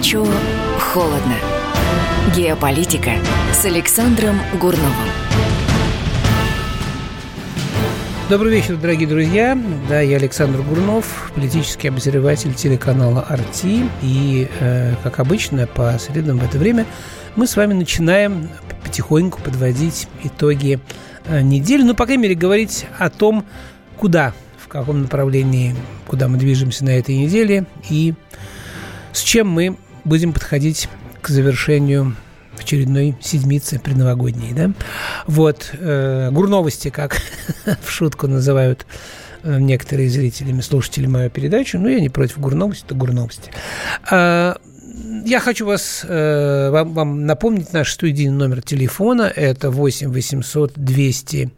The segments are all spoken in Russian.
Горячо, холодно. Геополитика с Александром Гурновым. Добрый вечер, дорогие друзья. Да, я Александр Гурнов, политический обозреватель телеканала RT. И, как обычно, по средам в это время мы с вами начинаем потихоньку подводить итоги недели. Ну, по крайней мере, говорить о том, куда, в каком направлении, куда мы движемся на этой неделе и с чем мы будем подходить к завершению очередной седмицы предновогодней, да? Вот, гурновости, как в шутку называют некоторые зрители, слушатели мою передачу. Но я не против гурновости, это гурновости. Я хочу вам напомнить наш студийный номер телефона. Это 8 800 200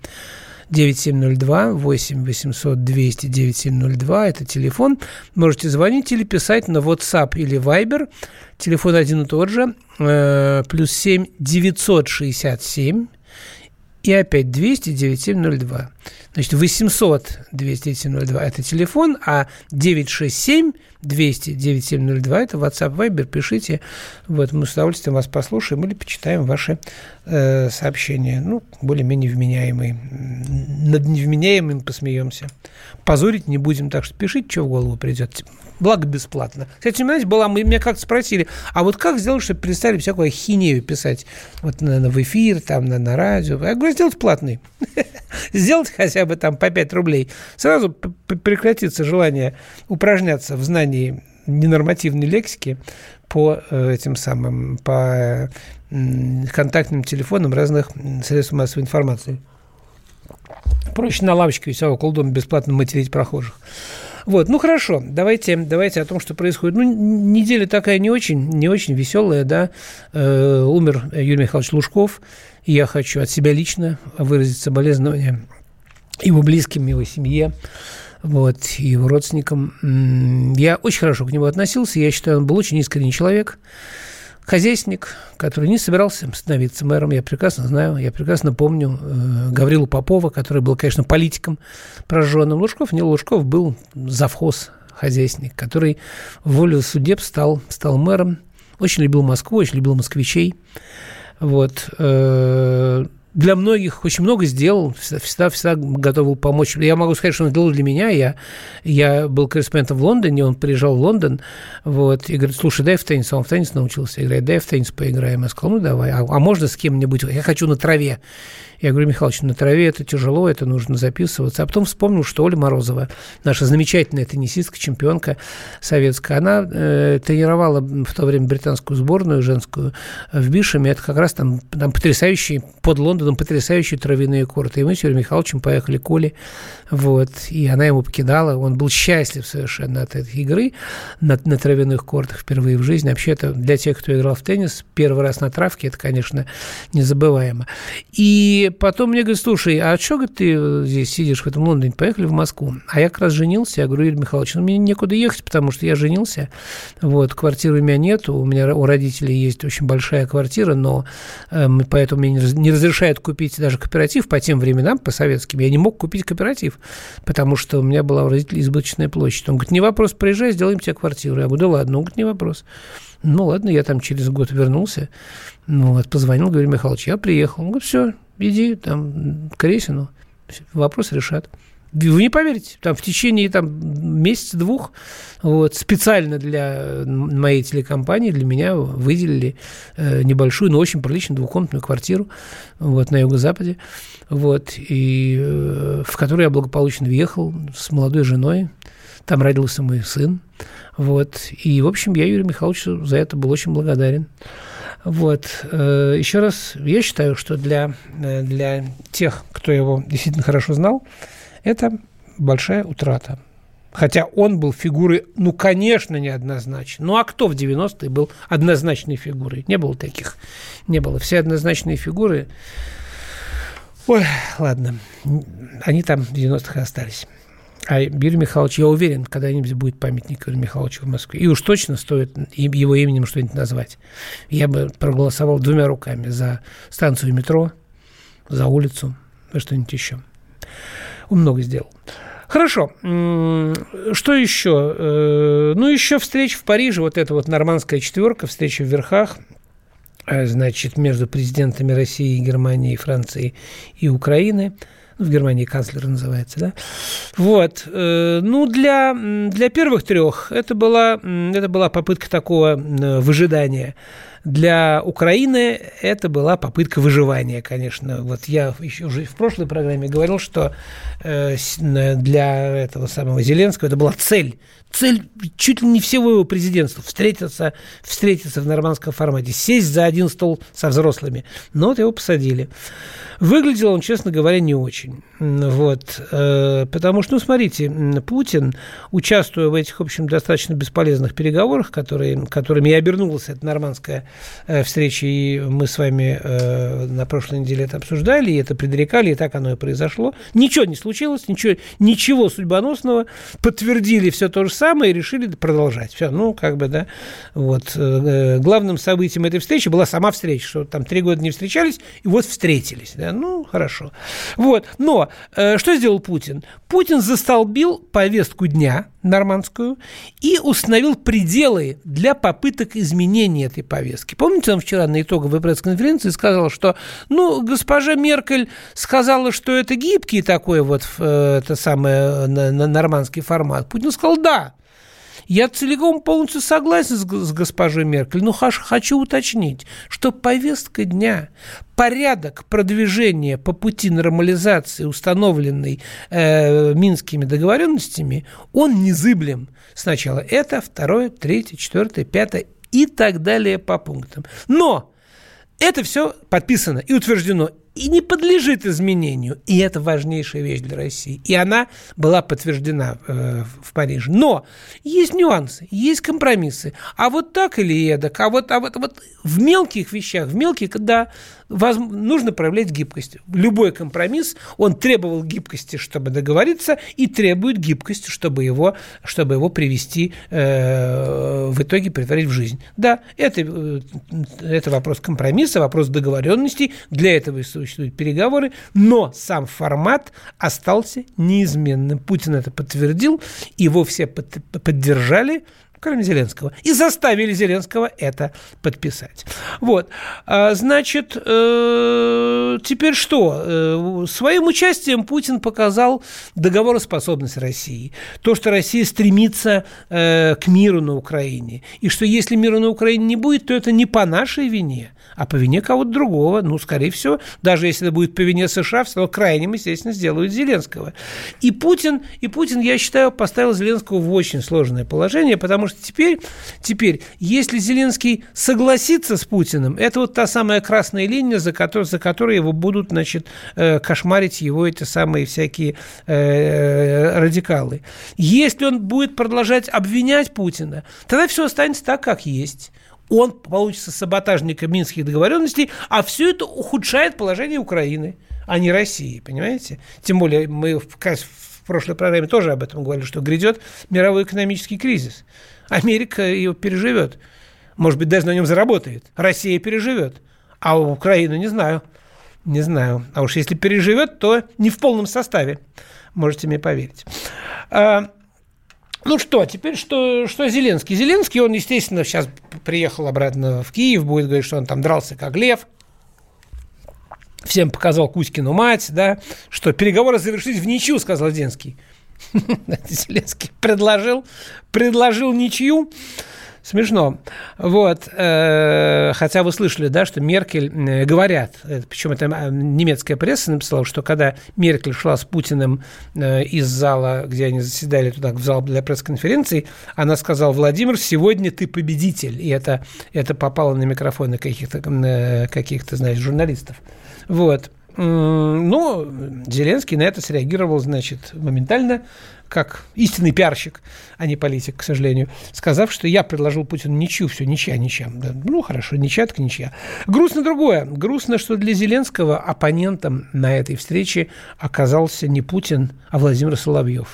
9702, 8 800 200 9702, это телефон. Можете звонить или писать на WhatsApp или Viber. Телефон один и тот же, плюс 7 967 и опять 200 9702. Значит, 800 200 9702 это телефон, а 967 200 9702 это WhatsApp, Viber. Пишите, вот, мы с удовольствием вас послушаем или почитаем ваши сообщения. Ну, более-менее вменяемые. Над невменяемым посмеемся. Позорить не будем, так что пишите, что в голову придет. Благо бесплатно. Кстати, знаете, меня как-то спросили, а вот как сделать, чтобы перестали всякую ахинею писать вот в эфир, там, на радио? Я говорю, сделать платный. Сделать хотя бы там по 5 рублей. Сразу прекратится желание упражняться в знании ненормативной лексики по по контактным телефонам разных средств массовой информации. Проще на лавочке у себя около дома бесплатно материть прохожих. Вот, ну хорошо, давайте о том, что происходит. Ну, неделя такая не очень веселая, да. Умер Юрий Михайлович Лужков, и я хочу от себя лично выразить соболезнования его близким, его семье, вот, и его родственникам. Я очень хорошо к нему относился, я считаю, он был очень искренний человек, хозяйственник, который не собирался становиться мэром, я прекрасно знаю, я прекрасно помню Гаврилу Попова, который был, конечно, политиком прожженным. Лужков был завхоз, хозяйственник, который волею судеб стал мэром, очень любил Москву, очень любил москвичей, вот, для многих очень много сделал, всегда готов был помочь. Я могу сказать, что он сделал для меня. Я был корреспондентом в Лондоне, он приезжал в Лондон, вот, и говорит, слушай, дай в теннис. Он в теннис научился играть, дай в теннис поиграем. Я сказал, ну, давай, а можно с кем-нибудь? Я хочу на траве. Я говорю, Михалыч, на траве это тяжело, это нужно записываться. А потом вспомнил, что Оля Морозова, наша замечательная теннисистка, чемпионка советская, она тренировала в то время британскую сборную женскую в Бишеме. Это как раз там потрясающие, под Лондоном потрясающие травяные корты. И мы с Юрием Михайловичем поехали к Оле, вот, и она ему покидала. Он был счастлив совершенно от этой игры на травяных кортах впервые в жизни. Вообще, это для тех, кто играл в теннис, первый раз на травке, это, конечно, незабываемо. И потом мне говорят, слушай, а что ты здесь сидишь в этом Лондоне? Поехали в Москву. А я как раз женился. Я говорю, Юрий Михайлович, мне некуда ехать, потому что я женился. Вот, квартиры у меня нет. У родителей есть очень большая квартира, но поэтому мне не разрешают купить даже кооператив по тем временам, по советским. Я не мог купить кооператив, потому что у меня была у родителей избыточная площадь. Он говорит, не вопрос, приезжай, сделаем тебе квартиру. Я говорю, да ладно. Он говорит, не вопрос. Ну, ладно, я там через год вернулся. Ну, вот, позвонил, говорю, Михайлович, я приехал. Он говорит, все, иди там к Ресину, вопрос решат. Вы не поверите, там в течение месяца-двух вот, специально для моей телекомпании, для меня выделили небольшую, но очень приличную двухкомнатную квартиру вот, на юго-западе, вот, и в которую я благополучно въехал с молодой женой. Там родился мой сын. Вот, и, в общем, я Юрию Михайловичу за это был очень благодарен. Вот. Еще раз, я считаю, что для тех, кто его действительно хорошо знал, это большая утрата. Хотя он был фигурой, ну, конечно, неоднозначной. Ну, а кто в 90-е был однозначной фигурой? Не было таких. Не было. Все однозначные фигуры... Ой, ладно. Они там в 90-х и остались. А Юрий Михайлович, я уверен, когда-нибудь будет памятник Юрию Михайловичу в Москве. И уж точно стоит его именем что-нибудь назвать. Я бы проголосовал 2 руками за станцию метро, за улицу, за что-нибудь еще. Он много сделал. Хорошо. Что еще? Ну, еще встреча в Париже, вот эта вот нормандская четверка, встреча в верхах, значит, между президентами России, Германии, Франции и Украины. В Германии канцлер называется, да? Вот. Ну, для первых трех это была попытка такого выжидания. Для Украины это была попытка выживания, конечно. Вот я еще уже в прошлой программе говорил, что для этого самого Зеленского это была цель чуть ли не всего его президентства встретиться в нормандском формате, сесть за один стол со взрослыми. Но вот его посадили. Выглядел он, честно говоря, не очень. Вот. Потому что, ну, смотрите, Путин, участвуя в этих, в общем, достаточно бесполезных переговорах, которыми и обернулась эта нормандская встреча, и мы с вами на прошлой неделе это обсуждали, и это предрекали, и так оно и произошло. Ничего не случилось, ничего судьбоносного. Подтвердили все то же самое и решили продолжать. Все, ну, как бы, да. Вот. Главным событием этой встречи была сама встреча, что там 3 года не встречались, и вот встретились. Да? Ну, хорошо. Вот. Но что сделал Путин? Путин застолбил повестку дня нормандскую и установил пределы для попыток изменения этой повестки. Помните, он вчера на итоговой пресс-конференции сказал, что, ну, госпожа Меркель сказала, что это гибкий такой вот это самое нормандский формат. Путин сказал, да. Я целиком полностью согласен с госпожой Меркель, но хочу уточнить, что повестка дня, порядок продвижения по пути нормализации, установленный Минскими договоренностями, он незыблем. Сначала это, второе, третье, четвертое, пятое и так далее по пунктам. Но это все подписано и утверждено, и не подлежит изменению. И это важнейшая вещь для России. И она была подтверждена в Париже. Но есть нюансы, есть компромиссы. А вот так или эдак, а вот в мелких вещах, да, нужно проявлять гибкость. Любой компромисс, он требовал гибкости, чтобы договориться, и требует гибкости, чтобы его привести, в итоге притворить в жизнь. Да, это вопрос компромисса, вопрос договоренностей. Для этого и существуют переговоры, но сам формат остался неизменным. Путин это подтвердил, его все поддержали, кроме Зеленского, и заставили Зеленского это подписать. Вот. Значит, теперь что? Своим участием Путин показал договороспособность России. То, что Россия стремится к миру на Украине. И что если мира на Украине не будет, то это не по нашей вине, а по вине кого-то другого. Ну, скорее всего, даже если это будет по вине США, все равно крайним, естественно, сделают Зеленского. И Путин, я считаю, поставил Зеленского в очень сложное положение, потому что теперь, если Зеленский согласится с Путиным, это вот та самая красная линия, за которой его будут, значит, кошмарить его эти самые всякие радикалы. Если он будет продолжать обвинять Путина, тогда все останется так, как есть. Он получится саботажником Минских договоренностей, а все это ухудшает положение Украины, а не России, понимаете? Тем более мы в прошлой программе тоже об этом говорили, что грядет мировой экономический кризис. Америка его переживет. Может быть, даже на нем заработает. Россия переживет. А Украину не знаю. Не знаю. А уж если переживет, то не в полном составе. Можете мне поверить. Ну что, теперь что Зеленский? Зеленский, он, естественно, сейчас приехал обратно в Киев, будет говорить, что он там дрался как лев. Всем показал Кузькину мать, да, что переговоры завершились в ничью, сказал Зеленский. Зеленский предложил ничью. Смешно. Вот. Хотя вы слышали, да, что Меркель, говорят, причем это немецкая пресса написала, что когда Меркель шла с Путиным из зала, где они заседали, туда, в зал для пресс-конференции, она сказала: Владимир, сегодня ты победитель. И это попало на микрофоны каких-то, знаете, журналистов. Вот. Но Зеленский на это среагировал, значит, моментально, как истинный пиарщик, а не политик, к сожалению, сказав, что я предложил Путину ничью, все, ничья. Да, ну, хорошо, ничья, так ничья. Грустно другое. Грустно, что для Зеленского оппонентом на этой встрече оказался не Путин, а Владимир Соловьев.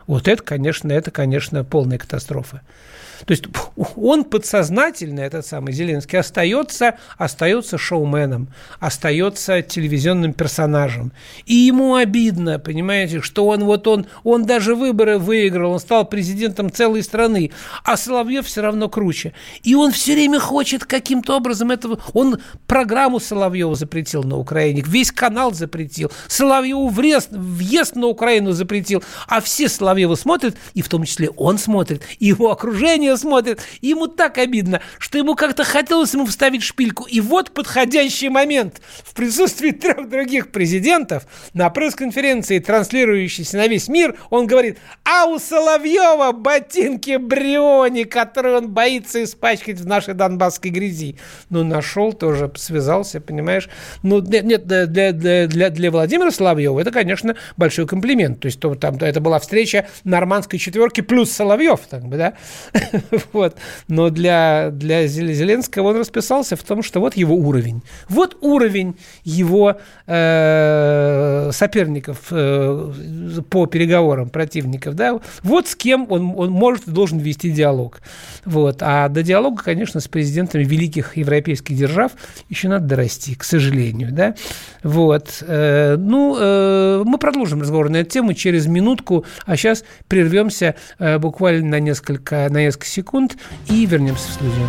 Вот это, конечно, полная катастрофа. То есть он подсознательно, этот самый Зеленский, остается шоуменом, остается телевизионным персонажем. И ему обидно, понимаете, что он даже выборы выиграл, он стал президентом целой страны, а Соловьев все равно круче. И он все время хочет каким-то образом этого... Он программу Соловьева запретил на Украине, весь канал запретил, Соловьеву въезд на Украину запретил, а все Соловьева смотрят, и в том числе он смотрит, и его окружение смотрит, и ему так обидно, что ему как-то хотелось ему вставить шпильку. И вот подходящий момент. В присутствии 3 других президентов на пресс-конференции, транслирующейся на весь мир, он говорит: а у Соловьева ботинки Бриони, которые он боится испачкать в нашей донбасской грязи. Нашел тоже, связался, понимаешь. Нет, для Владимира Соловьева это, конечно, большой комплимент. То есть это была встреча нормандской четверки плюс Соловьев, да? Вот. Но для Зеленского он расписался в том, что вот его уровень. Вот уровень его соперников по переговорам, противников. Да? Вот с кем он может и должен вести диалог. Вот. А до диалога, конечно, с президентами великих европейских держав еще надо дорасти, к сожалению. Да? Вот. Мы продолжим разговор на эту тему через минутку, а сейчас прервемся буквально на несколько секунд и вернемся в студию.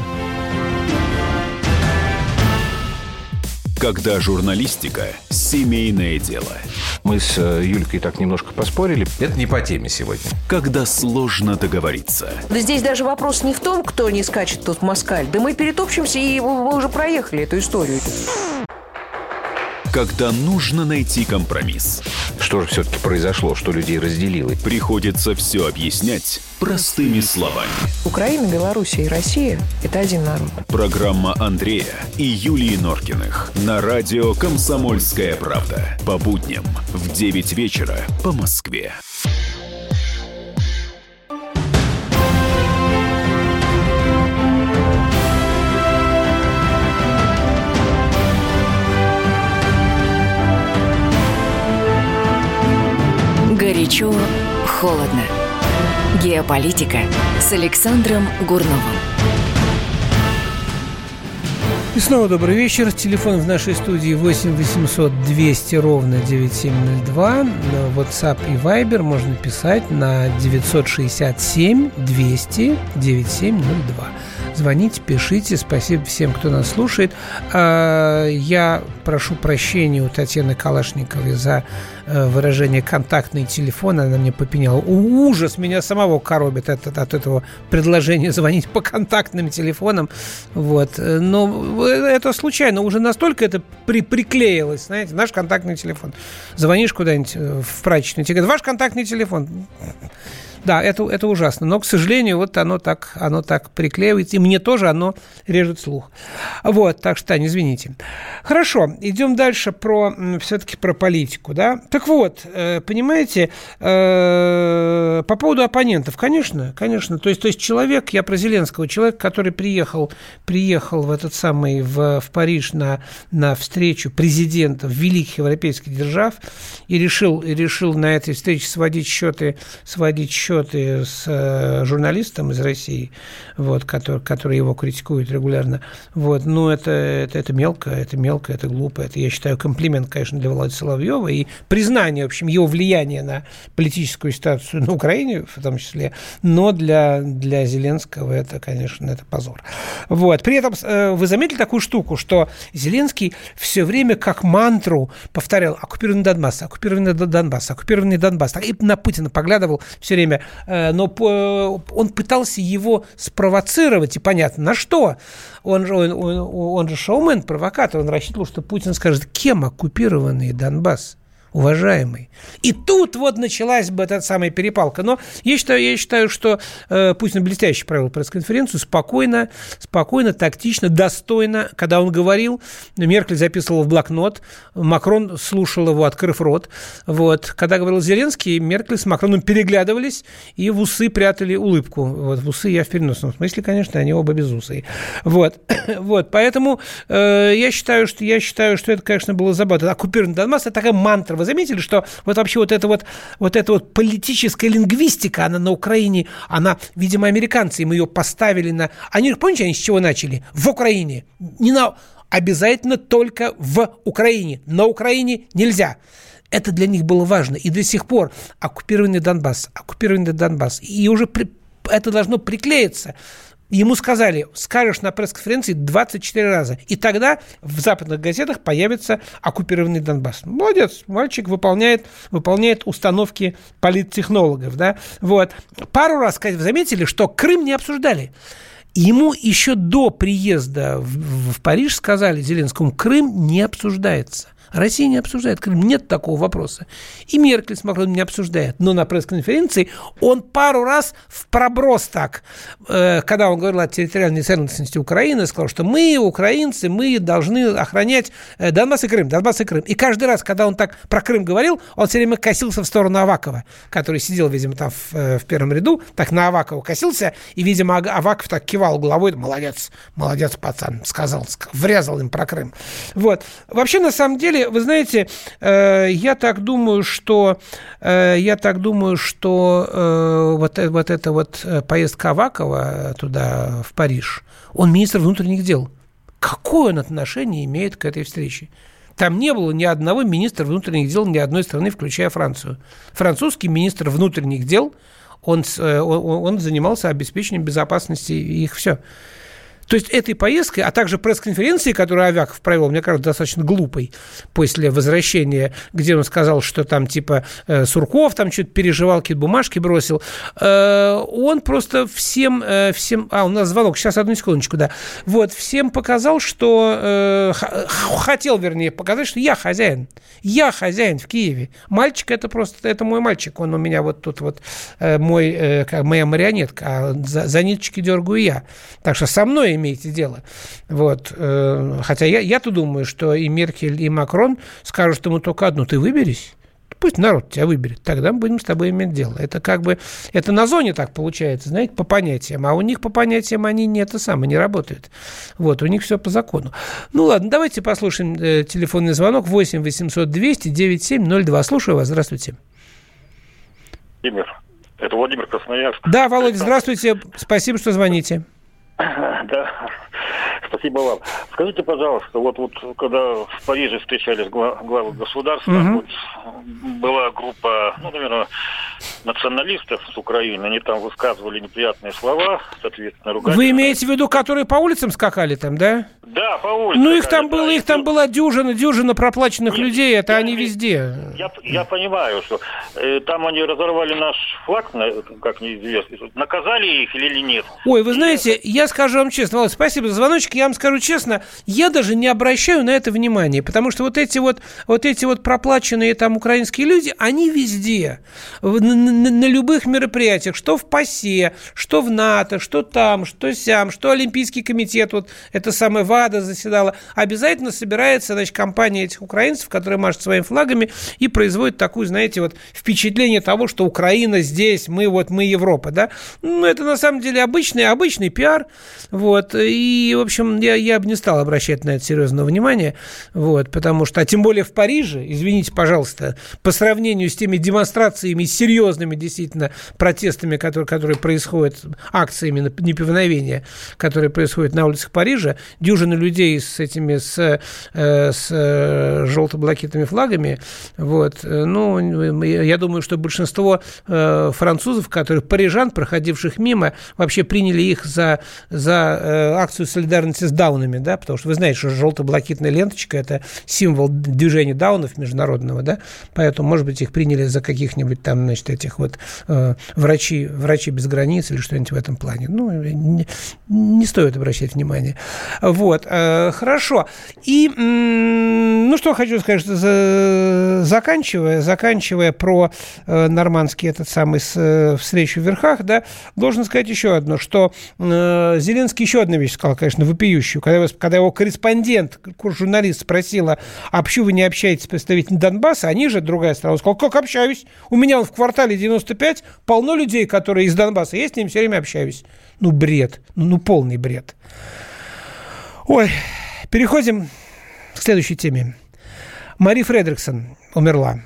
Когда журналистика – семейное дело. Мы с Юлькой так немножко поспорили. Это не по теме сегодня. Когда сложно договориться. Да здесь даже вопрос не в том, кто не скачет тут в москаль. Да мы перетопчемся, и мы уже проехали эту историю. Когда нужно найти компромисс. Что же все-таки произошло, что людей разделило? Приходится все объяснять простыми словами. Украина, Белоруссия и Россия – это один народ. Программа Андрея и Юлии Норкиных на радио «Комсомольская правда». По будням в 9 вечера по Москве. Горячо, холодно. Геополитика с Александром Гурновым. И снова добрый вечер. Телефон в нашей студии 8 800 200 ровно 9702. WhatsApp и Viber можно писать на 967 200 9702. Звоните, пишите. Спасибо всем, кто нас слушает. Я прошу прощения у Татьяны Калашниковой за выражение «контактный телефон». Она мне попеняла. Ужас, меня самого коробит от этого предложения звонить по контактным телефонам. Вот. Но это случайно. Уже настолько это приклеилось, знаете, наш контактный телефон. Звонишь куда-нибудь в прачечную, тебе говорят: ваш контактный телефон. Да, это ужасно. Но, к сожалению, вот оно так приклеивается. И мне тоже оно режет слух. Вот, так что, Таня, извините. Хорошо, идем дальше все-таки про политику, да. Так вот, понимаете, по поводу оппонентов, конечно. То есть человек, я про Зеленского, человек, который приехал в этот самый, в Париж на встречу президентов великих европейских держав и решил на этой встрече сводить счеты с журналистом из России, вот, который его критикует регулярно. Вот, это мелко, это глупо. Это, я считаю, комплимент, конечно, для Владимира Соловьева и признание, в общем, его влияния на политическую ситуацию на Украине, в том числе, но для Зеленского это, конечно, это позор. Вот. При этом вы заметили такую штуку, что Зеленский все время как мантру повторял: оккупированный Донбасс, оккупированный Донбасс, оккупированный Донбасс. И на Путина поглядывал все время, но он пытался его спровоцировать, и понятно, на что. Он же шоумен, провокатор, он рассчитывал, что Путин скажет: кем оккупированный Донбасс, уважаемый? И тут вот началась бы эта самая перепалка. Но я считаю, что Путин блестяще провел пресс-конференцию, спокойно, тактично, достойно. Когда он говорил, Меркель записывала в блокнот, Макрон слушал его, открыв рот. Вот. Когда говорил Зеленский, Меркель с Макроном переглядывались и в усы прятали улыбку. Вот. В усы я в переносном смысле, конечно, они оба безусые. Вот. Поэтому я считаю, что это, конечно, было забавно. Оккупированный Донбасс – это такая мантра. Вы заметили, что вот вообще вот эта вот политическая лингвистика, она на Украине, она, видимо, американцы, им ее поставили на... Они, помните, они с чего начали? В Украине. Обязательно только в Украине. На Украине нельзя. Это для них было важно. И до сих пор оккупированный Донбасс. И уже это должно приклеиться. Ему сказали, скажешь на пресс-конференции 24 раза. И тогда в западных газетах появится оккупированный Донбасс. Молодец, мальчик выполняет установки политтехнологов. Да? Вот. Пару раз, кстати, вы заметили, что Крым не обсуждали. Ему еще до приезда в Париж сказали Зеленскому, Крым не обсуждается. Россия не обсуждает Крым, нет такого вопроса. И Меркель с Макроном не обсуждает. Но на пресс-конференции он пару раз в проброс так, когда он говорил о территориальной целостности Украины, сказал, что мы, украинцы, мы должны охранять Донбасс и Крым. И каждый раз, когда он так про Крым говорил, он все время косился в сторону Авакова, который сидел, видимо, там в первом ряду, так на Авакова косился, и, видимо, Аваков так кивал головой, молодец, пацан, сказал, врезал им про Крым. Вот. Вообще, на самом деле, вы знаете, я так думаю, что вот эта вот поездка Авакова туда, в Париж, он министр внутренних дел. Какое он отношение имеет к этой встрече? Там не было ни одного министра внутренних дел ни одной страны, включая Францию. Французский министр внутренних дел, он занимался обеспечением безопасности их все. То есть этой поездкой, а также пресс-конференции, которую Аваков провел, мне кажется, достаточно глупой после возвращения, где он сказал, что там типа Сурков там что-то переживал, какие-то бумажки бросил, он просто всем... у нас звонок, сейчас, одну секундочку, да. Вот, всем показал, что... хотел, вернее, показать, что я хозяин в Киеве. Мальчик, это мой мальчик, он у меня вот тут вот моя марионетка, а за ниточки дергаю я. Так что со мной имеете дело. Вот. Хотя я-то думаю, что и Меркель, и Макрон скажут ему только одно: ты выберись. Пусть народ тебя выберет, тогда мы будем с тобой иметь дело. Это как бы, это на зоне так получается, знаете, по понятиям. А у них по понятиям они не работают. Вот, у них все по закону. Ну ладно, давайте послушаем телефонный звонок 8 800 200 9702. Слушаю вас, здравствуйте. Это Владимир, Красноярск. Да, Володя, здравствуйте, спасибо, что звоните. Да, спасибо вам. Скажите, пожалуйста, вот когда в Париже встречались главы государства, вот была группа, наверное, националистов с Украины, они там высказывали неприятные слова, соответственно, ругались. Вы имеете в виду, которые по улицам скакали там, да? Да, по улицам. Ну, их там была дюжина проплаченных людей, это они везде. Я понимаю, что там они разорвали наш флаг, как неизвестно. Наказали их или нет? Ой, вы знаете, я скажу вам честно, Володь, спасибо за звоночек, я вам скажу честно, я даже не обращаю на это внимания, потому что вот эти вот проплаченные там украинские люди, они везде, на любых мероприятиях, что в ПАСЕ, что в НАТО, что там, что сям, что Олимпийский комитет, вот это самое ВАДА заседала, обязательно собирается, значит, компания этих украинцев, которые машут своими флагами и производит такую, знаете, вот впечатление того, что Украина здесь, мы Европа, да, ну, это на самом деле обычный пиар, вот, и, в общем, я бы не стал обращать на это серьезного внимания, вот, потому что, а тем более в Париже, извините, пожалуйста, по сравнению с теми демонстрациями, серьезными действительно протестами, которые происходят, акциями неповиновения, которые происходят на улицах Парижа, дюжина людей с желто-блакитными флагами, вот, ну, я думаю, что большинство французов, парижан, проходивших мимо, вообще приняли их за акцию солидарности с даунами, да, потому что вы знаете, что желто-блакитная ленточка – это символ движения даунов международного, да, поэтому, может быть, их приняли за каких-нибудь там, значит, этих вот врачи без границ или что-нибудь в этом плане. Ну, не стоит обращать внимание. Вот, хорошо. И, ну, что хочу сказать, что заканчивая про нормандский этот самый встречу в верхах, да, должен сказать еще одно, что Зеленский еще одну вещь сказал, конечно, вопиющую, когда его корреспондент, журналист спросила, а почему вы не общаетесь с представителями Донбасса, они же, другая сторона, он сказал, как общаюсь? У меня в квартале 95 полно людей, которые из Донбасса, я с ними все время общаюсь. Ну, бред, ну, полный бред. Ой, переходим к следующей теме. Мари Фредриксон умерла.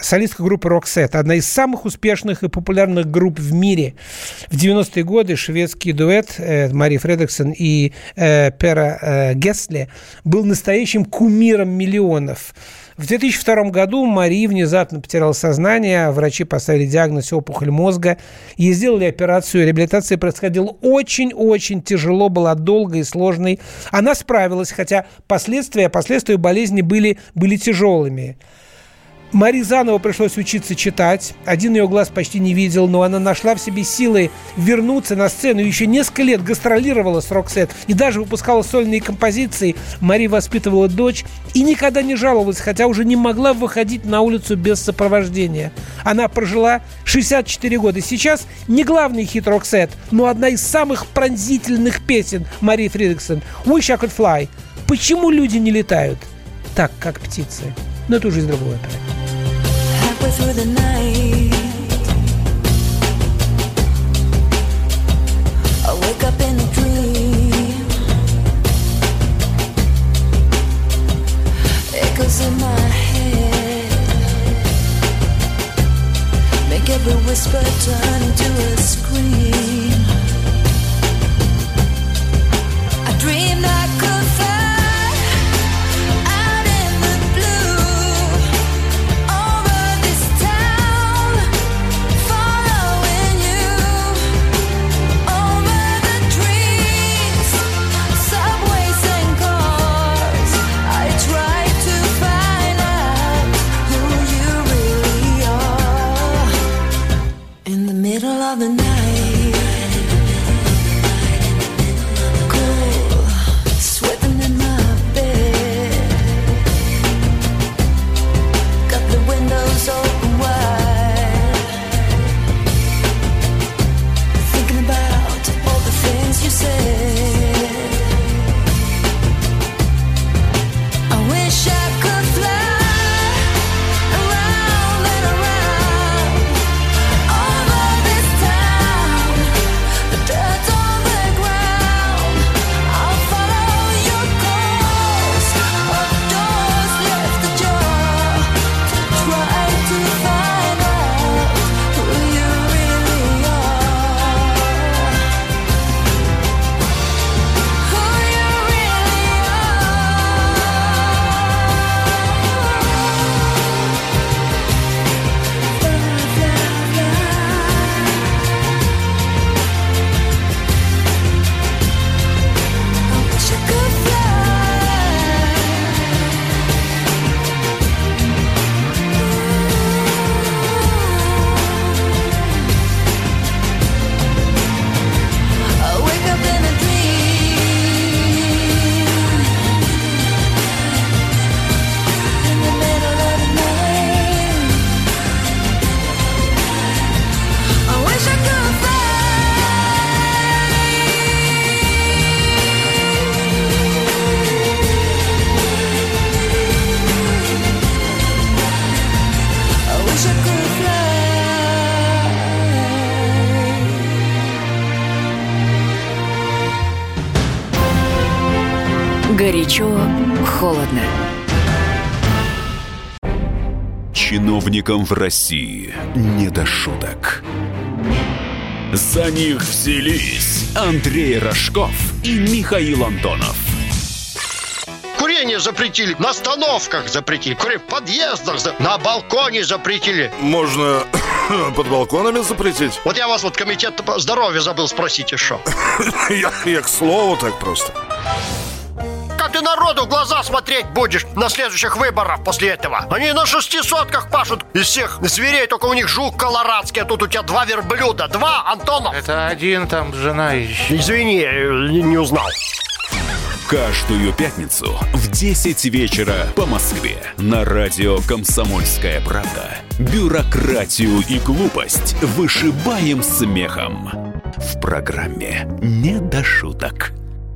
солистка группы Roxette, одна из самых успешных и популярных групп в мире. В 90-е годы шведский дуэт Мари Фредриксон и Пера Гессле был настоящим кумиром миллионов. В 2002 году Мари внезапно потеряла сознание, врачи поставили диагноз опухоль мозга, ей сделали операцию, реабилитация происходила очень-очень тяжело, была долгой и сложной. Она справилась, хотя последствия болезни были тяжелыми. Мари заново пришлось учиться читать. Один ее глаз почти не видел, но она нашла в себе силы вернуться на сцену. Еще несколько лет гастролировала с Roxette и даже выпускала сольные композиции. Мари воспитывала дочь и никогда не жаловалась, хотя уже не могла выходить на улицу без сопровождения. Она прожила 64 года. Сейчас не главный хит Roxette, но одна из самых пронзительных песен Мари Фредриксон «Wish I Could Fly». Почему люди не летают так, как птицы? Но это уже из другого оперы. Through the night, I wake up in a dream. Echoes in my head make every whisper turn into a scream. I dreamed I could fly. Of the night, cool, sweating in my bed. Got the windows open wide, thinking about all the things you said. I wish I could fly. Горячо, холодно. Чиновникам в России не до шуток. За них взялись Андрей Рожков и Михаил Антонов. Курение запретили, на остановках запретили, курение в подъездах, на балконе запретили. Можно под балконами запретить? Вот я вас комитет здоровья забыл спросить еще. Я к слову так просто. Как ты народу в глаза смотреть будешь на следующих выборах после этого? Они на 600-ках пашут из всех зверей, только у них жук колорадский, а тут у тебя 2 верблюда. 2, Антонов? Это один, там жена еще. Извини, не узнал. Каждую пятницу в 10 вечера по Москве на радио «Комсомольская правда». Бюрократию и глупость вышибаем смехом. В программе «Не до шуток».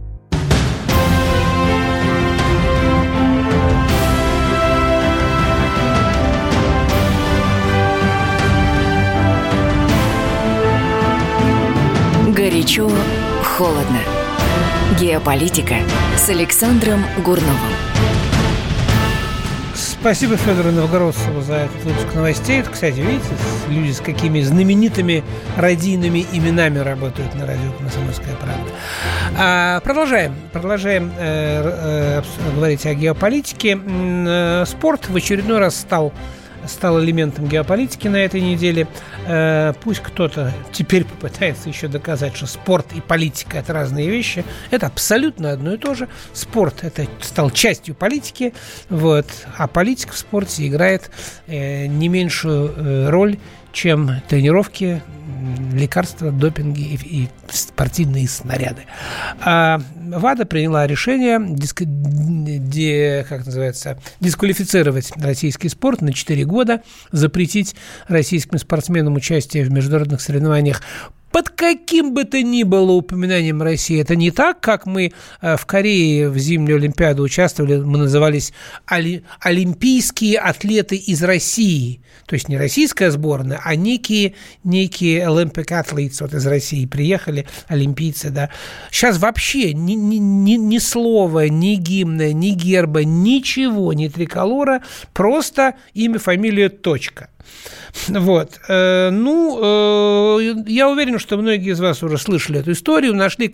Горячо, холодно. Геополитика с Александром Гурновым. Спасибо Федору Новгородцеву за этот выпуск новостей. Это, кстати, видите, люди с какими знаменитыми радийными именами работают на радио «Комсомольская правда». Продолжаем говорить о геополитике. Спорт в очередной раз стал элементом геополитики на этой неделе. Пусть кто-то теперь попытается еще доказать, что спорт и политика – это разные вещи. Это абсолютно одно и то же. Спорт – это стал частью политики, вот, а политика в спорте играет не меньшую роль, чем тренировки, лекарства, допинги и спортивные снаряды. ВАДА приняла решение дисквалифицировать российский спорт на 4 года, запретить российским спортсменам участие в международных соревнованиях под каким бы то ни было упоминанием России. Это не так, как мы в Корее в зимнюю Олимпиаду участвовали, мы назывались олимпийские атлеты из России. То есть не российская сборная, а некие Olympic athletes вот из России приехали, олимпийцы, да. Сейчас вообще ни слова, ни гимна, ни герба, ничего, ни триколора, просто имя, фамилия, точка. Вот. Я уверен, что многие из вас уже слышали эту историю, нашли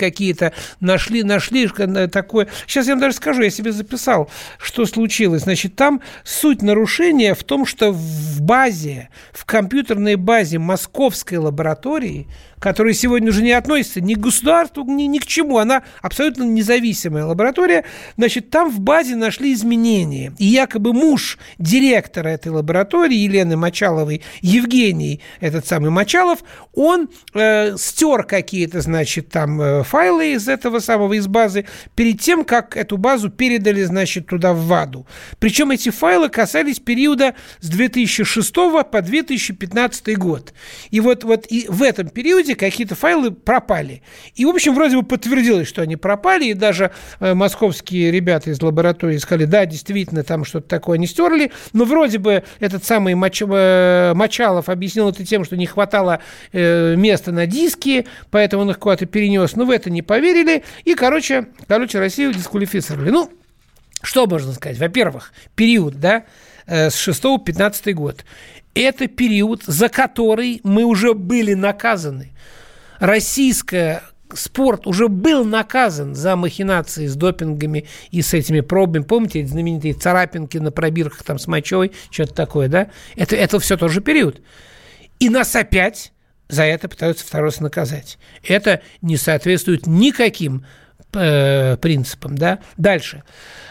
такое. Сейчас я вам даже скажу, я себе записал, что случилось. Значит, там суть нарушения в том, что в компьютерной базе московской лаборатории, которая сегодня уже не относится ни к государству, ни к чему, она абсолютно независимая лаборатория, значит, там в базе нашли изменения. И якобы муж директора этой лаборатории, Елены Мочаловой, Евгений, этот самый Мочалов, он стер какие-то, значит, там файлы из этого самого, из базы, перед тем, как эту базу передали, значит, туда в ВАДу. Причем эти файлы касались периода с 2006 по 2015 год. И вот и в этом периоде какие-то файлы пропали. И, в общем, вроде бы подтвердилось, что они пропали, и даже московские ребята из лаборатории сказали, да, действительно, там что-то такое не стерли, но вроде бы этот самый Мочалов объяснил это тем, что не хватало места на диске, поэтому он их куда-то перенес, но в это не поверили, и, короче, Россию дисквалифицировали. Ну, что можно сказать? Во-первых, период, да, с 6 по 15 год. Это период, за который мы уже были наказаны. Российский спорт уже был наказан за махинации с допингами и с этими пробами. Помните эти знаменитые царапинки на пробирках там с мочой, что-то такое, да? Это все тот же период. И нас опять за это пытаются второй раз наказать. Это не соответствует никаким принципам, да? Дальше.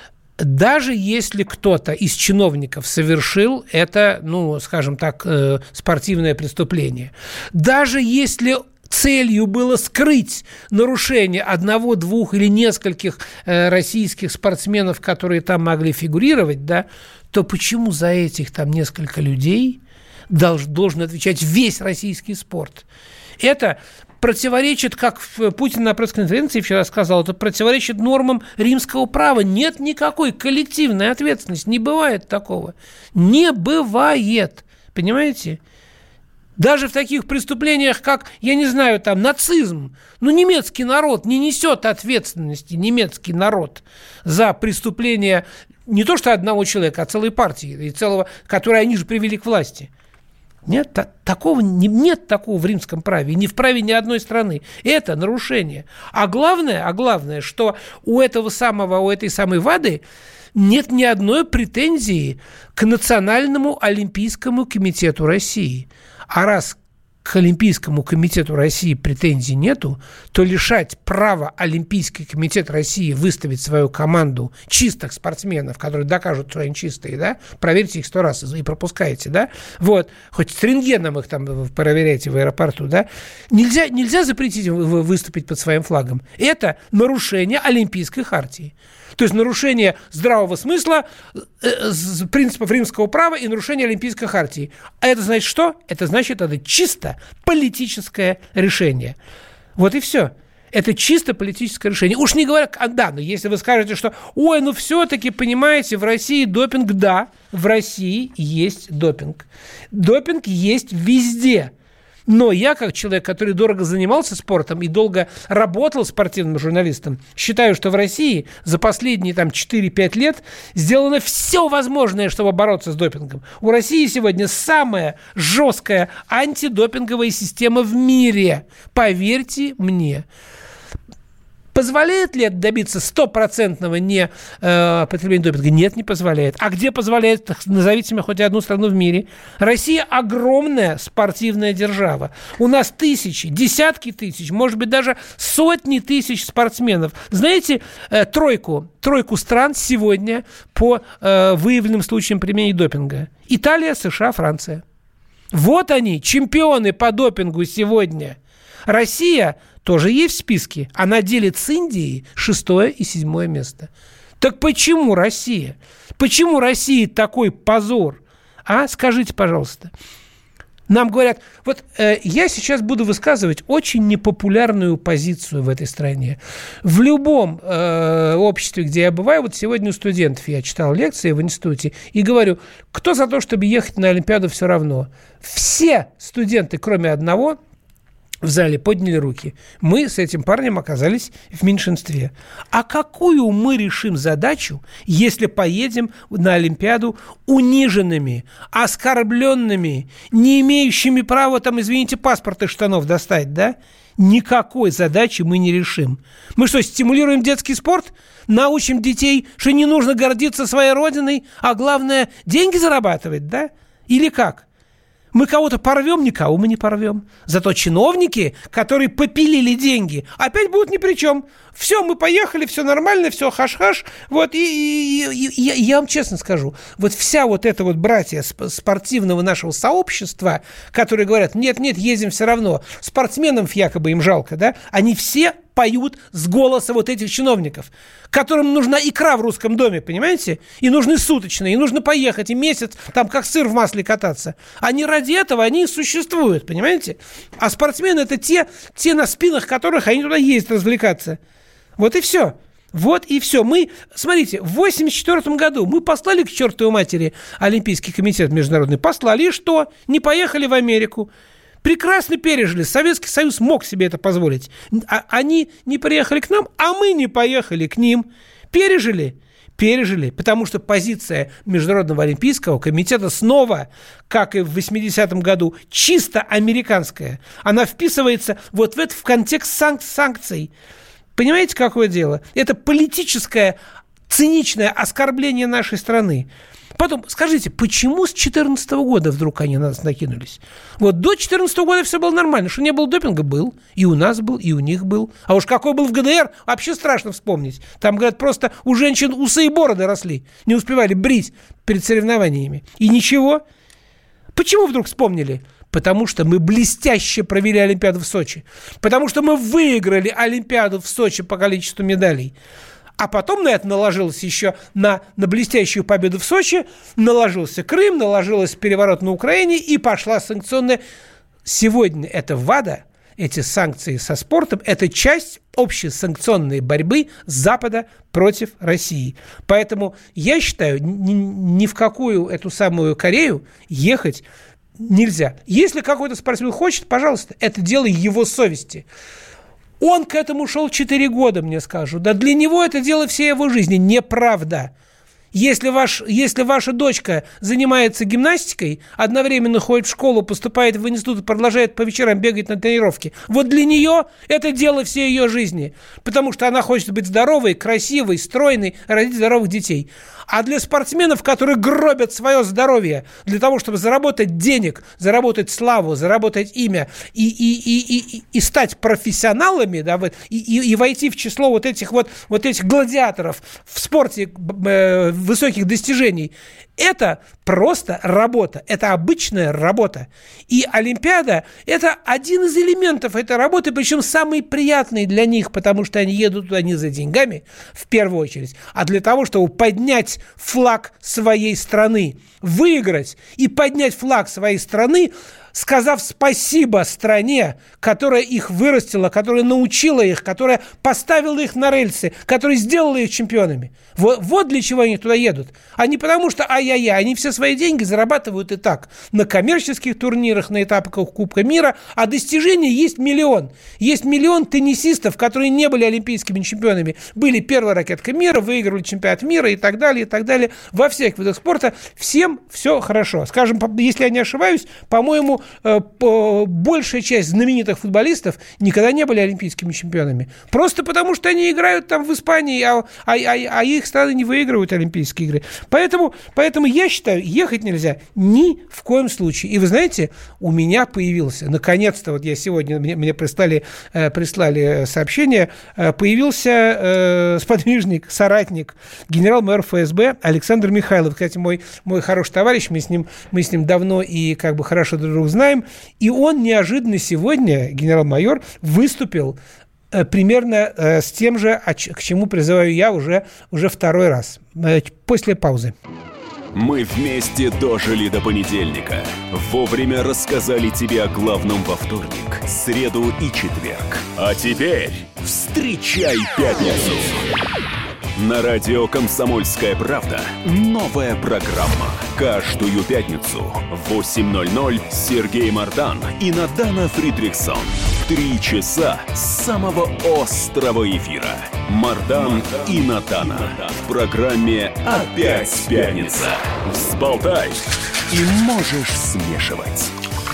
Даже если кто-то из чиновников совершил это, скажем так, спортивное преступление, даже если целью было скрыть нарушение одного, двух или нескольких российских спортсменов, которые там могли фигурировать, да, то почему за этих там несколько людей должен отвечать весь российский спорт? Это противоречит, как Путин на пресс-конференции вчера сказал, это противоречит нормам римского права. Нет никакой коллективной ответственности. Не бывает такого. Не бывает. Понимаете? Даже в таких преступлениях, как, я не знаю, там, нацизм. Немецкий народ не несет ответственности, немецкий народ, за преступления не то что одного человека, а целой партии, и целого, которое они же привели к власти. Нет такого в римском праве, и не в праве ни одной страны. Это нарушение. А главное, что у этой самой ВАДы нет ни одной претензии к Национальному олимпийскому комитету России. А раз к Олимпийскому комитету России претензий нету, то лишать права Олимпийский комитет России выставить свою команду чистых спортсменов, которые докажут, что они чистые, да, проверьте их 100 раз и пропускаете, да, вот, хоть с рентгеном их там проверяйте в аэропорту, да, нельзя запретить им выступить под своим флагом. Это нарушение Олимпийской хартии. То есть нарушение здравого смысла, принципов римского права и нарушение Олимпийской хартии. А это значит что? Это значит, это чисто политическое решение. Вот и все. Это чисто политическое решение. Уж не говоря, но если вы скажете, что, все-таки, понимаете, в России допинг, да, в России есть допинг. Допинг есть везде. Но я, как человек, который дорого занимался спортом и долго работал спортивным журналистом, считаю, что в России за последние 4-5 лет сделано все возможное, чтобы бороться с допингом. У России сегодня самая жесткая антидопинговая система в мире. Поверьте мне. Позволяет ли это добиться 100% не потребления допинга? Нет, не позволяет. А где позволяет? Назовите мне хоть одну страну в мире. Россия огромная спортивная держава. У нас тысячи, десятки тысяч, может быть, даже сотни тысяч спортсменов. Знаете, тройку стран сегодня по выявленным случаям применения допинга? Италия, США, Франция. Вот они, чемпионы по допингу сегодня. Россия тоже есть в списке. Она делит с Индией 6 и 7 место. Так почему Россия? Почему Россия такой позор? Скажите, пожалуйста. Нам говорят, я сейчас буду высказывать очень непопулярную позицию в этой стране. В любом обществе, где я бываю, сегодня у студентов я читал лекции в институте и говорю, кто за то, чтобы ехать на Олимпиаду, все равно. Все студенты, кроме одного, в зале подняли руки. Мы с этим парнем оказались в меньшинстве. А какую мы решим задачу, если поедем на Олимпиаду униженными, оскорбленными, не имеющими права, паспорт из штанов достать, да? Никакой задачи мы не решим. Мы что, стимулируем детский спорт? Научим детей, что не нужно гордиться своей родиной, а главное, деньги зарабатывать, да? Или как? Мы кого-то порвем, никого мы не порвем. Зато чиновники, которые попилили деньги, опять будут ни при чем. Все, мы поехали, все нормально, все хаш-хаш. И я вам честно скажу, вся эта братья спортивного нашего сообщества, которые говорят, нет, ездим все равно, спортсменам якобы им жалко, да, они все поют с голоса этих чиновников, которым нужна икра в русском доме, понимаете? И нужны суточные, и нужно поехать, и месяц как сыр в масле кататься. Они ради этого, они и существуют, понимаете? А спортсмены – это те, на спинах которых они туда ездят развлекаться. Вот и все. Мы, смотрите, в 1984 году мы послали к чертовой матери Олимпийский комитет международный. Послали, и что? Не поехали в Америку. Прекрасно пережили. Советский Союз мог себе это позволить. Они не приехали к нам, а мы не поехали к ним. Пережили, потому что позиция Международного Олимпийского комитета снова, как и в 80-м году, чисто американская. Она вписывается в контекст санкций. Понимаете, какое дело? Это политическое, циничное оскорбление нашей страны. Потом, скажите, почему с 2014 года вдруг они на нас накинулись? До 2014 года все было нормально. Что не было допинга? Был. И у нас был, и у них был. А уж какой был в ГДР, вообще страшно вспомнить. Там, говорят, просто у женщин усы и бороды росли. Не успевали брить перед соревнованиями. И ничего. Почему вдруг вспомнили? Потому что мы блестяще провели Олимпиаду в Сочи. Потому что мы выиграли Олимпиаду в Сочи по количеству медалей. А потом на это наложилось еще на блестящую победу в Сочи, наложился Крым, наложился переворот на Украине и пошла санкционная. Сегодня это ВАДА, эти санкции со спортом, это часть общей санкционной борьбы Запада против России. Поэтому я считаю, ни в какую эту самую Корею ехать нельзя. Если какой-то спортсмен хочет, пожалуйста, это дело его совести. Он к этому шел 4 года, мне скажут. Да для него это дело всей его жизни. Неправда. Если ваша дочка занимается гимнастикой, одновременно ходит в школу, поступает в институт и продолжает по вечерам бегать на тренировки, для нее это дело всей ее жизни. Потому что она хочет быть здоровой, красивой, стройной, родить здоровых детей. А для спортсменов, которые гробят свое здоровье для того, чтобы заработать денег, заработать славу, заработать имя и стать профессионалами, да, и войти в число этих гладиаторов в спорте высоких достижений, это просто работа, это обычная работа. И Олимпиада – это один из элементов этой работы, причем самый приятный для них, потому что они едут туда не за деньгами, в первую очередь, а для того, чтобы поднять флаг своей страны, выиграть и поднять флаг своей страны сказав спасибо стране, которая их вырастила, которая научила их, которая поставила их на рельсы, которая сделала их чемпионами. Вот для чего они туда едут. А не потому что они все свои деньги зарабатывают и так. На коммерческих турнирах, на этапах Кубка мира. А достижений есть миллион. Есть миллион теннисистов, которые не были олимпийскими чемпионами. Были первая ракетка мира, выигрывали чемпионат мира и так далее, и так далее. Во всех видах спорта всем все хорошо. Скажем, если я не ошибаюсь, по-моему, большая часть знаменитых футболистов никогда не были олимпийскими чемпионами. Просто потому, что они играют там в Испании, а их страны не выигрывают Олимпийские игры. Поэтому я считаю, ехать нельзя ни в коем случае. И вы знаете, у меня появился, наконец-то, вот я сегодня, мне прислали сообщение, появился сподвижник, соратник, генерал-майор ФСБ Александр Михайлов. Кстати, мой хороший товарищ, мы с ним давно и как бы хорошо друг друга знаем. И он неожиданно сегодня, генерал-майор, выступил примерно с тем же, к чему призываю я уже второй раз. После паузы. Мы вместе дожили до понедельника. Вовремя рассказали тебе о главном во вторник, среду и четверг. А теперь встречай пятницу. На радио «Комсомольская правда» новая программа. Каждую пятницу в 8:00 Сергей Мардан и Надана Фридрихсон. 3 часа самого острого эфира. Мардан и Надана. В программе «Опять пятница». Взболтай и можешь смешивать.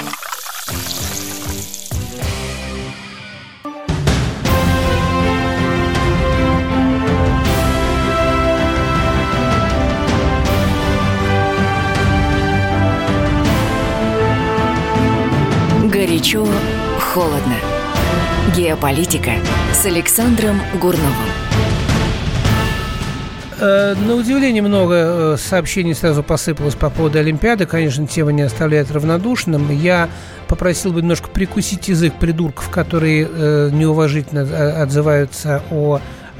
Горячо, холодно. Геополитика с Александром Гурновым. На удивление много сообщений сразу посыпалось по поводу Олимпиады. Конечно, тема не оставляет равнодушным. Я попросил бы немножко прикусить язык придурков, которые неуважительно отзываются о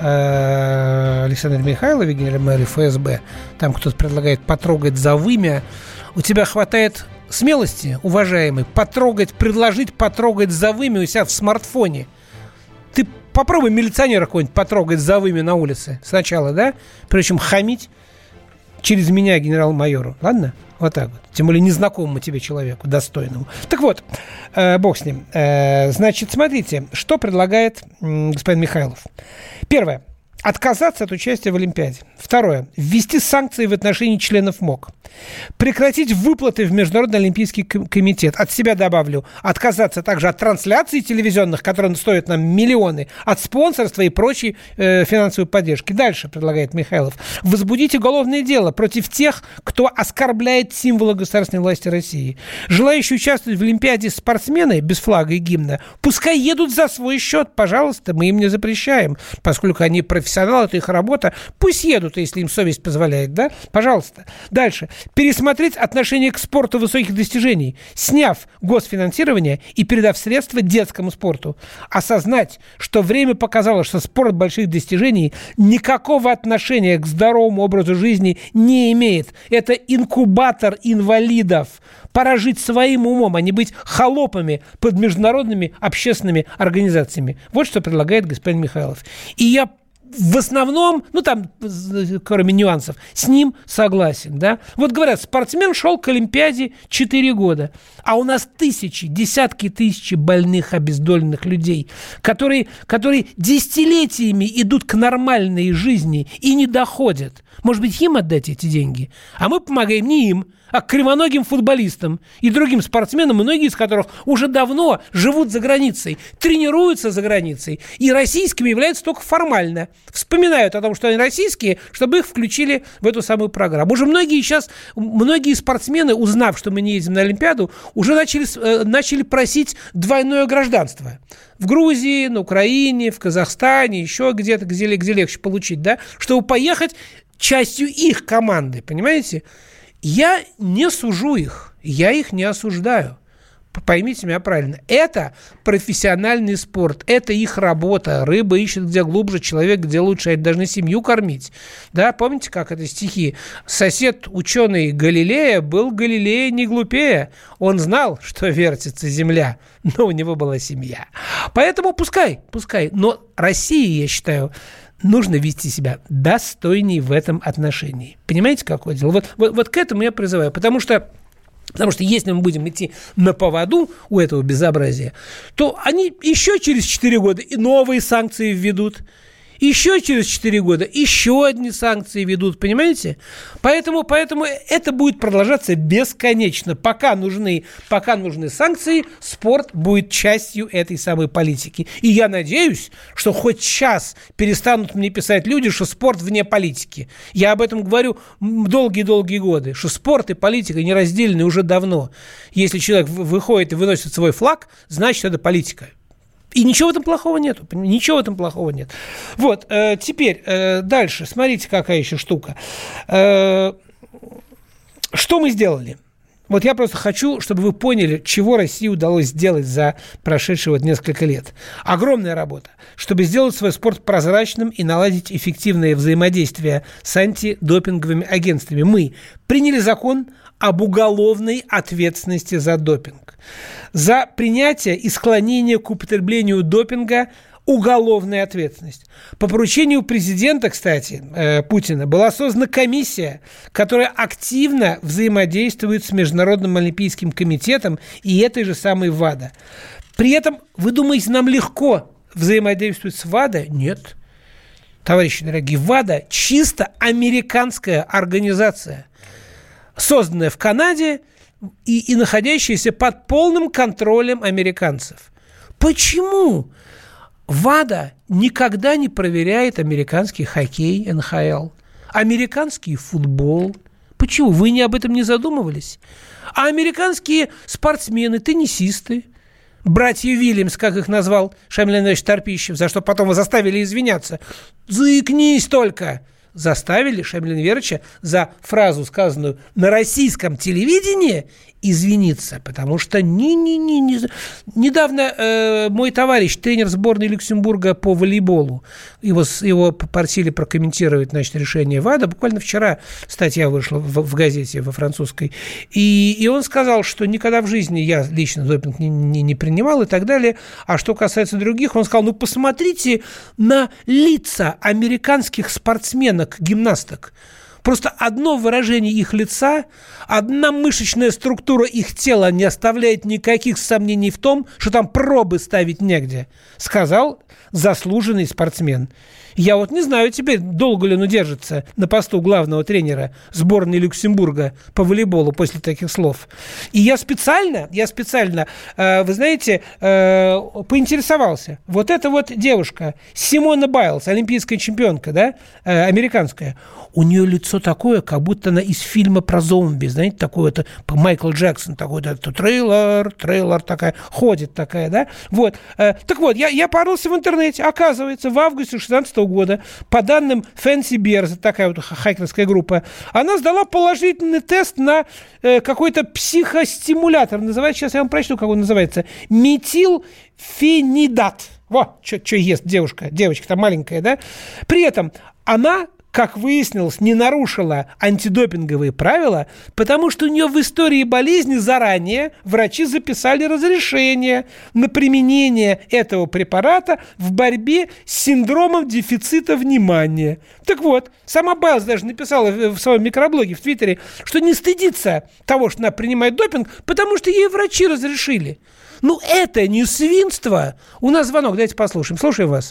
Александре Михайлове, генерал-майоре ФСБ. Там кто-то предлагает потрогать за вымя. У тебя хватает смелости, уважаемый, предложить потрогать за вымя у себя в смартфоне. Ты попробуй милиционера какого-нибудь потрогать за вымя на улице сначала, да? Прежде чем хамить через меня генерал-майору. Ладно? Вот так вот. Тем более незнакомому тебе человеку, достойному. Так вот, бог с ним. Значит, смотрите, что предлагает господин Михайлов. Первое. Отказаться от участия в Олимпиаде. Второе. Ввести санкции в отношении членов МОК. Прекратить выплаты в Международный олимпийский комитет. От себя добавлю. Отказаться также от трансляций телевизионных, которые стоят нам миллионы, от спонсорства и прочей финансовой поддержки. Дальше предлагает Михайлов. Возбудить уголовное дело против тех, кто оскорбляет символы государственной власти России. Желающие участвовать в Олимпиаде спортсмены без флага и гимна, пускай едут за свой счет. Пожалуйста, мы им не запрещаем, поскольку они профессионалы, это их работа. Пусть едут, если им совесть позволяет, да? Пожалуйста. Дальше. Пересмотреть отношение к спорту высоких достижений, сняв госфинансирование и передав средства детскому спорту. Осознать, что время показало, что спорт больших достижений никакого отношения к здоровому образу жизни не имеет. Это инкубатор инвалидов. Пора жить своим умом, а не быть холопами под международными общественными организациями. Вот что предлагает господин Михайлов. И я в основном, там, кроме нюансов, с ним согласен, да. Вот говорят, спортсмен шел к Олимпиаде 4 года, а у нас десятки тысяч больных, обездоленных людей, которые десятилетиями идут к нормальной жизни и не доходят. Может быть, им отдать эти деньги? А мы помогаем не им, а кривоногим футболистам и другим спортсменам, многие из которых уже давно живут за границей, тренируются за границей, и российскими являются только формально. Вспоминают о том, что они российские, чтобы их включили в эту самую программу. Уже многие спортсмены, узнав, что мы не едем на Олимпиаду, уже начали просить двойное гражданство. В Грузии, на Украине, в Казахстане, еще где-то, где легче получить, да, чтобы поехать частью их команды, понимаете? Я не сужу их, я их не осуждаю. Поймите меня правильно. Это профессиональный спорт. Это их работа. Рыба ищет где глубже, человек где лучше. Они должны семью кормить. Да, помните, как это стихи? Сосед ученый Галилея был Галилея не глупее. Он знал, что вертится земля, но у него была семья. Поэтому пускай. Но России, я считаю, нужно вести себя достойней в этом отношении. Понимаете, какое дело? Вот к этому я призываю. Потому что если мы будем идти на поводу у этого безобразия, то они еще через 4 года и новые санкции введут. Еще через 4 года еще одни санкции ведут, понимаете? Поэтому это будет продолжаться бесконечно. Пока нужны санкции, спорт будет частью этой самой политики. И я надеюсь, что хоть сейчас перестанут мне писать люди, что спорт вне политики. Я об этом говорю долгие-долгие годы, что спорт и политика нераздельны уже давно. Если человек выходит и выносит свой флаг, значит, это политика. И ничего в этом плохого нет. Вот, теперь дальше. Смотрите, какая еще штука. Что мы сделали? Вот я просто хочу, чтобы вы поняли, чего России удалось сделать за прошедшие несколько лет. Огромная работа, чтобы сделать свой спорт прозрачным и наладить эффективное взаимодействие с антидопинговыми агентствами. Мы приняли закон об уголовной ответственности за допинг. За принятие и склонение к употреблению допинга уголовная ответственность. По поручению президента, кстати, Путина, была создана комиссия, которая активно взаимодействует с Международным олимпийским комитетом и этой же самой ВАДА. При этом, вы думаете, нам легко взаимодействовать с ВАДА? Нет. Товарищи дорогие, ВАДА чисто американская организация, созданная в Канаде и находящаяся под полным контролем американцев. Почему ВАДА никогда не проверяет американский хоккей, НХЛ, американский футбол? Почему? Вы об этом не задумывались? А американские спортсмены, теннисисты, братья Вильямс, как их назвал Шамиль Леонидович Торпищев, за что потом вы заставили извиняться. Заикнись только! Заставили Шамиля Леонидовича за фразу, сказанную на российском телевидении, извиниться, потому что недавно мой товарищ, тренер сборной Люксембурга по волейболу, его попросили прокомментировать, решение ВАДА. Буквально вчера статья вышла в газете, во французской, и он сказал, что никогда в жизни я лично допинг не принимал и так далее. А что касается других, он сказал, посмотрите на лица американских спортсменок, гимнасток. Просто одно выражение их лица, одна мышечная структура их тела не оставляет никаких сомнений в том, что там пробы ставить негде, сказал заслуженный спортсмен. Я не знаю теперь, долго ли он удержится на посту главного тренера сборной Люксембурга по волейболу после таких слов. И я специально, вы знаете, поинтересовался. Вот эта девушка, Симона Байлз, олимпийская чемпионка, да, американская, у нее лицо такое, как будто она из фильма про зомби, знаете, такое-то, Майкл Джексон, такой-то трейлер такая, ходит такая, да, вот. Так вот, я порылся в интернете, оказывается, в августе 2016 года, по данным Fancy Bears, такая хакерская группа, она сдала положительный тест на какой-то психостимулятор, называется, сейчас я вам прочту, как он называется, метилфенидат. Что ест девочка-то маленькая, да? При этом она, как выяснилось, не нарушила антидопинговые правила, потому что у нее в истории болезни заранее врачи записали разрешение на применение этого препарата в борьбе с синдромом дефицита внимания. Так вот, сама Байлз даже написала в своем микроблоге в Твиттере, что не стыдится того, что она принимает допинг, потому что ей врачи разрешили. Это не свинство. У нас звонок, давайте послушаем. Слушаем вас.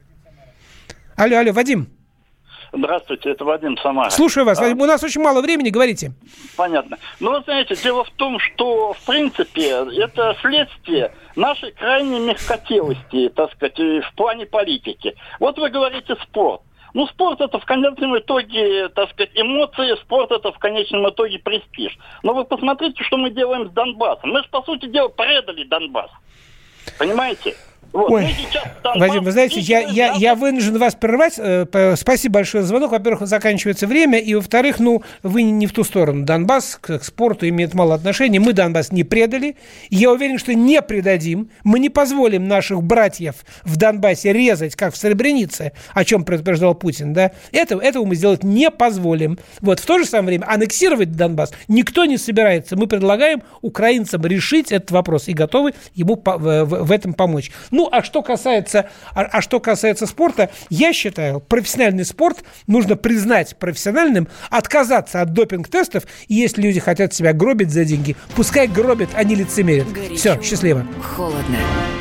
Алло, Вадим. Здравствуйте, это Вадим, Самара. Слушаю вас. У нас очень мало времени, говорите. Понятно. Вы знаете, дело в том, что, в принципе, это следствие нашей крайней мягкотелости, в плане политики. Вот вы говорите спорт. Спорт это в конечном итоге, эмоции, спорт это в конечном итоге престиж. Но вы посмотрите, что мы делаем с Донбассом. Мы же, по сути дела, предали Донбасс. Понимаете? Вот. Ой, Вадим, вы знаете, я вынужден вас прервать. Спасибо большое за звонок. Во-первых, заканчивается время, и, во-вторых, вы не в ту сторону. Донбасс к спорту имеет мало отношения. Мы Донбасс не предали. И я уверен, что не предадим. Мы не позволим наших братьев в Донбассе резать, как в Сребренице, о чем предупреждал Путин. Да? Этого мы сделать не позволим. Вот. В то же самое время аннексировать Донбасс никто не собирается. Мы предлагаем украинцам решить этот вопрос и готовы ему в этом помочь. А что касается спорта, я считаю, профессиональный спорт нужно признать профессиональным, отказаться от допинг-тестов, и если люди хотят себя гробить за деньги, пускай гробят, а не лицемерят. Горячо. Все, счастливо. Холодно.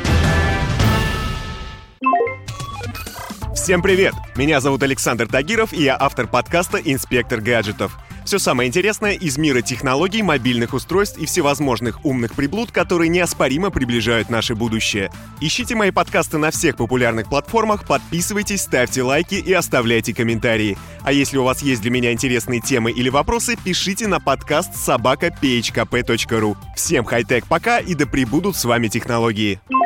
Всем привет! Меня зовут Александр Тагиров, и я автор подкаста «Инспектор гаджетов». Все самое интересное из мира технологий, мобильных устройств и всевозможных умных приблуд, которые неоспоримо приближают наше будущее. Ищите мои подкасты на всех популярных платформах, подписывайтесь, ставьте лайки и оставляйте комментарии. А если у вас есть для меня интересные темы или вопросы, пишите на подкаст @phkp.ru. Всем хай-тек пока и да пребудут с вами технологии!